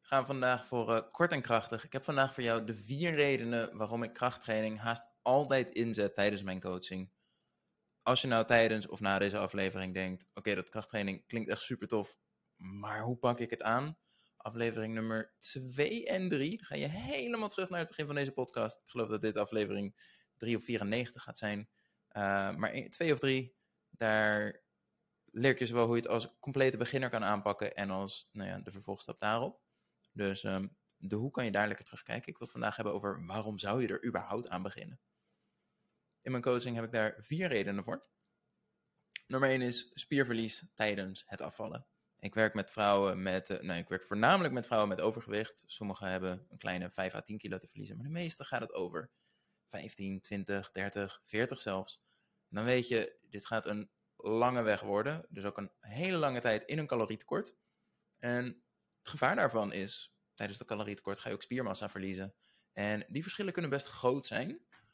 gaan we vandaag voor kort en krachtig. Ik heb vandaag voor jou de 4 redenen waarom ik krachttraining haast altijd inzet tijdens mijn coaching. Als je nou tijdens of na deze aflevering denkt, oké, dat krachttraining klinkt echt super tof, maar hoe pak ik het aan? Aflevering nummer 2 en 3, ga je helemaal terug naar het begin van deze podcast. Ik geloof dat dit aflevering 3 of 94 gaat zijn. Maar 2 of 3, daar leer ik je zowel hoe je het als complete beginner kan aanpakken en als de vervolgstap daarop. Dus de hoe kan je daar lekker terugkijken. Ik wil het vandaag hebben over waarom zou je er überhaupt aan beginnen. In mijn coaching heb ik daar 4 redenen voor. Nummer 1 is spierverlies tijdens het afvallen. Ik werk met vrouwen ik werk voornamelijk met vrouwen met overgewicht. Sommigen hebben een kleine 5 à 10 kilo te verliezen, maar de meeste gaat het over 15, 20, 30, 40 zelfs. Dan weet je, dit gaat een lange weg worden. Dus ook een hele lange tijd in een calorietekort. En het gevaar daarvan is, tijdens dat calorietekort ga je ook spiermassa verliezen. En die verschillen kunnen best groot zijn.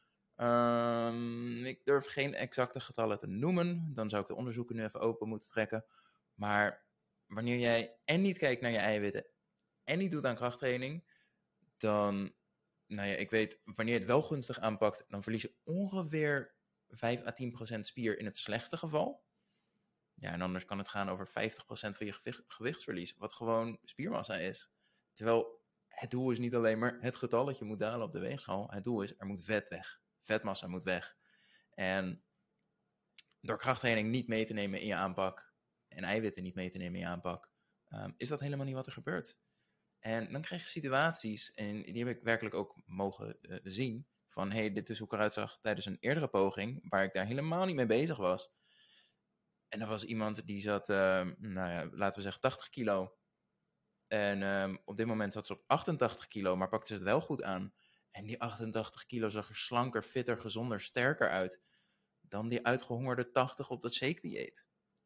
Ik durf geen exacte getallen te noemen. Dan zou ik de onderzoeken nu even open moeten trekken. Maar wanneer jij en niet kijkt naar je eiwitten en niet doet aan krachttraining, dan, ik weet, wanneer je het wel gunstig aanpakt, dan verlies je ongeveer 5 à 10% spier in het slechtste geval. Ja, en anders kan het gaan over 50% van je gewichtsverlies, wat gewoon spiermassa is. Terwijl het doel is niet alleen maar het getal dat je moet dalen op de weegschaal. Het doel is, er moet vet weg. Vetmassa moet weg. En door krachttraining niet mee te nemen in je aanpak en eiwitten niet mee te nemen in je aanpak, is dat helemaal niet wat er gebeurt. En dan krijg je situaties, en die heb ik werkelijk ook mogen zien, van dit is hoe ik eruit zag tijdens een eerdere poging, waar ik daar helemaal niet mee bezig was. En er was iemand die zat, laten we zeggen 80 kilo. En op dit moment zat ze op 88 kilo, maar pakte ze het wel goed aan. En die 88 kilo zag er slanker, fitter, gezonder, sterker uit dan die uitgehongerde 80 op dat shake-dieet.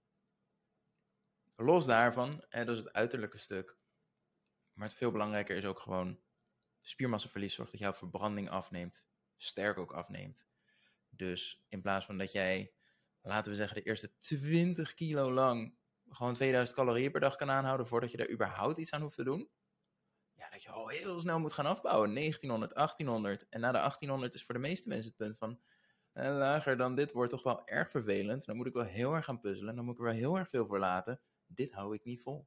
Los daarvan, dat is het uiterlijke stuk. Maar het veel belangrijker is ook gewoon, spiermassaverlies zorgt dat jouw verbranding afneemt. Sterk ook afneemt. Dus in plaats van dat jij, laten we zeggen, de eerste 20 kilo lang gewoon 2000 calorieën per dag kan aanhouden voordat je daar überhaupt iets aan hoeft te doen. Ja, dat je al heel snel moet gaan afbouwen. 1900, 1800. En na de 1800 is voor de meeste mensen het punt van, lager dan dit wordt toch wel erg vervelend. Dan moet ik wel heel erg gaan puzzelen. Dan moet ik er wel heel erg veel voor laten. Dit hou ik niet vol.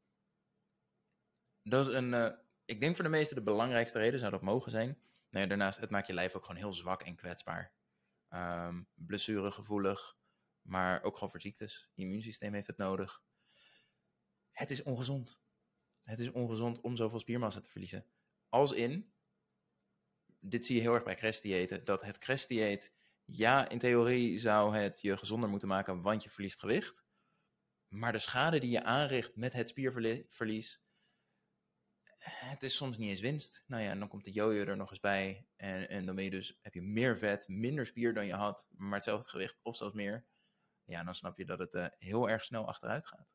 Dat is ik denk voor de meesten de belangrijkste reden zou dat mogen zijn. Daarnaast, het maakt je lijf ook gewoon heel zwak en kwetsbaar. Blessuregevoelig, maar ook gewoon voor ziektes. Je immuunsysteem heeft het nodig. Het is ongezond. Het is ongezond om zoveel spiermassa te verliezen. Als in, dit zie je heel erg bij crashdiëten, dat het crashdieet, ja, in theorie zou het je gezonder moeten maken, want je verliest gewicht. Maar de schade die je aanricht met het spierverlies, het is soms niet eens winst. En dan komt de jojo er nog eens bij. En dan heb je meer vet, minder spier dan je had, maar hetzelfde gewicht of zelfs meer. Ja, dan snap je dat het heel erg snel achteruit gaat.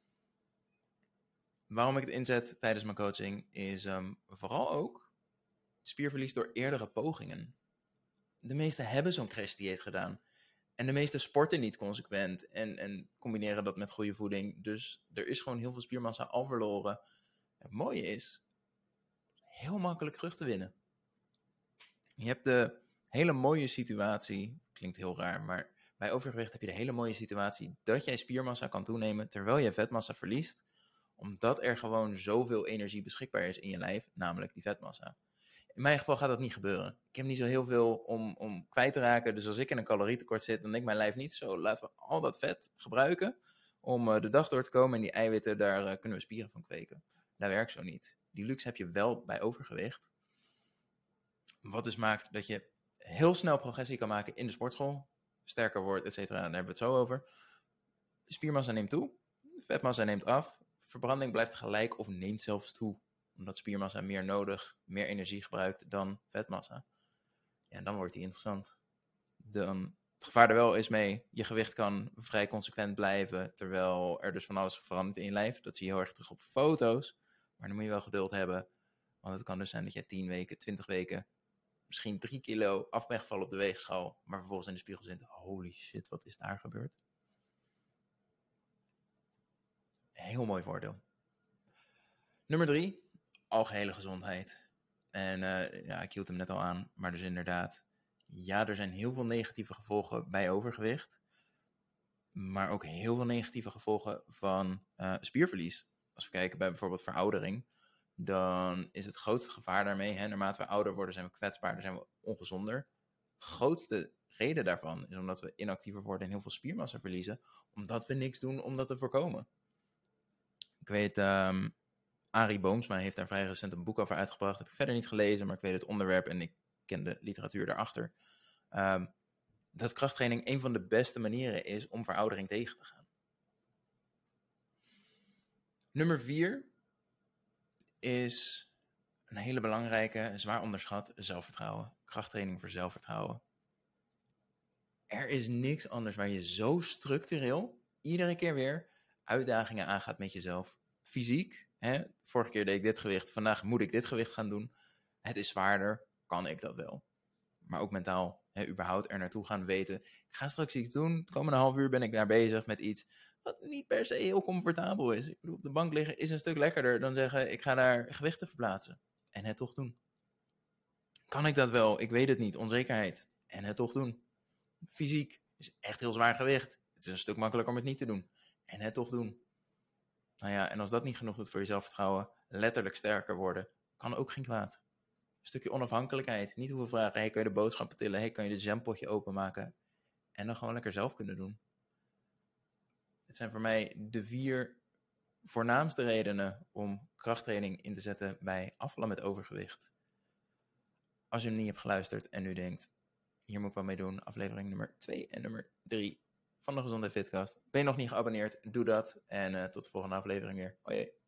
Waarom ik het inzet tijdens mijn coaching is vooral ook spierverlies door eerdere pogingen. De meesten hebben zo'n crashdieet gedaan. En de meeste sporten niet consequent en combineren dat met goede voeding. Dus er is gewoon heel veel spiermassa al verloren. Het mooie is, heel makkelijk terug te winnen. Je hebt de hele mooie situatie, klinkt heel raar, maar bij overgewicht heb je de hele mooie situatie dat jij spiermassa kan toenemen terwijl je vetmassa verliest, omdat er gewoon zoveel energie beschikbaar is in je lijf, namelijk die vetmassa. In mijn geval gaat dat niet gebeuren. Ik heb niet zo heel veel om kwijt te raken, dus als ik in een calorietekort zit, dan denkt mijn lijf niet zo, laten we al dat vet gebruiken om de dag door te komen en die eiwitten, daar kunnen we spieren van kweken. Dat werkt zo niet. Die luxe heb je wel bij overgewicht. Wat dus maakt dat je heel snel progressie kan maken in de sportschool, sterker wordt, et cetera, daar hebben we het zo over. Spiermassa neemt toe, vetmassa neemt af, verbranding blijft gelijk of neemt zelfs toe, omdat spiermassa meer energie gebruikt dan vetmassa. Ja, en dan wordt die interessant. Het gevaar er wel is mee, je gewicht kan vrij consequent blijven, terwijl er dus van alles verandert in je lijf. Dat zie je heel erg terug op foto's, maar dan moet je wel geduld hebben, want het kan dus zijn dat je 10 weken, 20 weken, misschien 3 kilo af bent gevallen op de weegschaal, maar vervolgens in de spiegel zit, holy shit, wat is daar gebeurd? Heel mooi voordeel. Nummer 3, algehele gezondheid. En ja, ik hield hem net al aan, maar dus inderdaad, ja, er zijn heel veel negatieve gevolgen bij overgewicht, maar ook heel veel negatieve gevolgen van spierverlies. Als we kijken bij bijvoorbeeld veroudering, dan is het grootste gevaar daarmee, hè, naarmate we ouder worden zijn we kwetsbaarder, zijn we ongezonder. De grootste reden daarvan is omdat we inactiever worden en heel veel spiermassa verliezen, omdat we niks doen om dat te voorkomen. Ik weet, Arie Boomsma heeft daar vrij recent een boek over uitgebracht. Dat heb ik verder niet gelezen, maar ik weet het onderwerp en ik ken de literatuur daarachter. Dat krachttraining een van de beste manieren is om veroudering tegen te gaan. Nummer 4 is een hele belangrijke, zwaar onderschat, zelfvertrouwen. Krachttraining voor zelfvertrouwen. Er is niks anders waar je zo structureel iedere keer weer uitdagingen aangaat met jezelf. Fysiek, hè? Vorige keer deed ik dit gewicht, vandaag moet ik dit gewicht gaan doen. Het is zwaarder, kan ik dat wel? Maar ook mentaal, hè, überhaupt er naartoe gaan weten. Ik ga straks iets doen, het komende half uur ben ik daar bezig met iets wat niet per se heel comfortabel is. Ik bedoel, op de bank liggen is een stuk lekkerder dan zeggen, ik ga daar gewichten verplaatsen. En het toch doen. Kan ik dat wel? Ik weet het niet. Onzekerheid. En het toch doen. Fysiek is echt heel zwaar gewicht. Het is een stuk makkelijker om het niet te doen. En het toch doen. Nou ja, en als dat niet genoeg doet voor je zelfvertrouwen, letterlijk sterker worden, kan ook geen kwaad. Een stukje onafhankelijkheid. Niet hoeven vragen, hey, kan je de boodschappen tillen? Hey, kan je de jampotje openmaken? En dan gewoon lekker zelf kunnen doen. Dit zijn voor mij de 4 voornaamste redenen om krachttraining in te zetten bij afvallen met overgewicht. Als je hem niet hebt geluisterd en nu denkt, hier moet ik wat mee doen, aflevering nummer 2 en nummer 3 van de Gezondheid Fitcast. Ben je nog niet geabonneerd? Doe dat en tot de volgende aflevering weer. Hoi.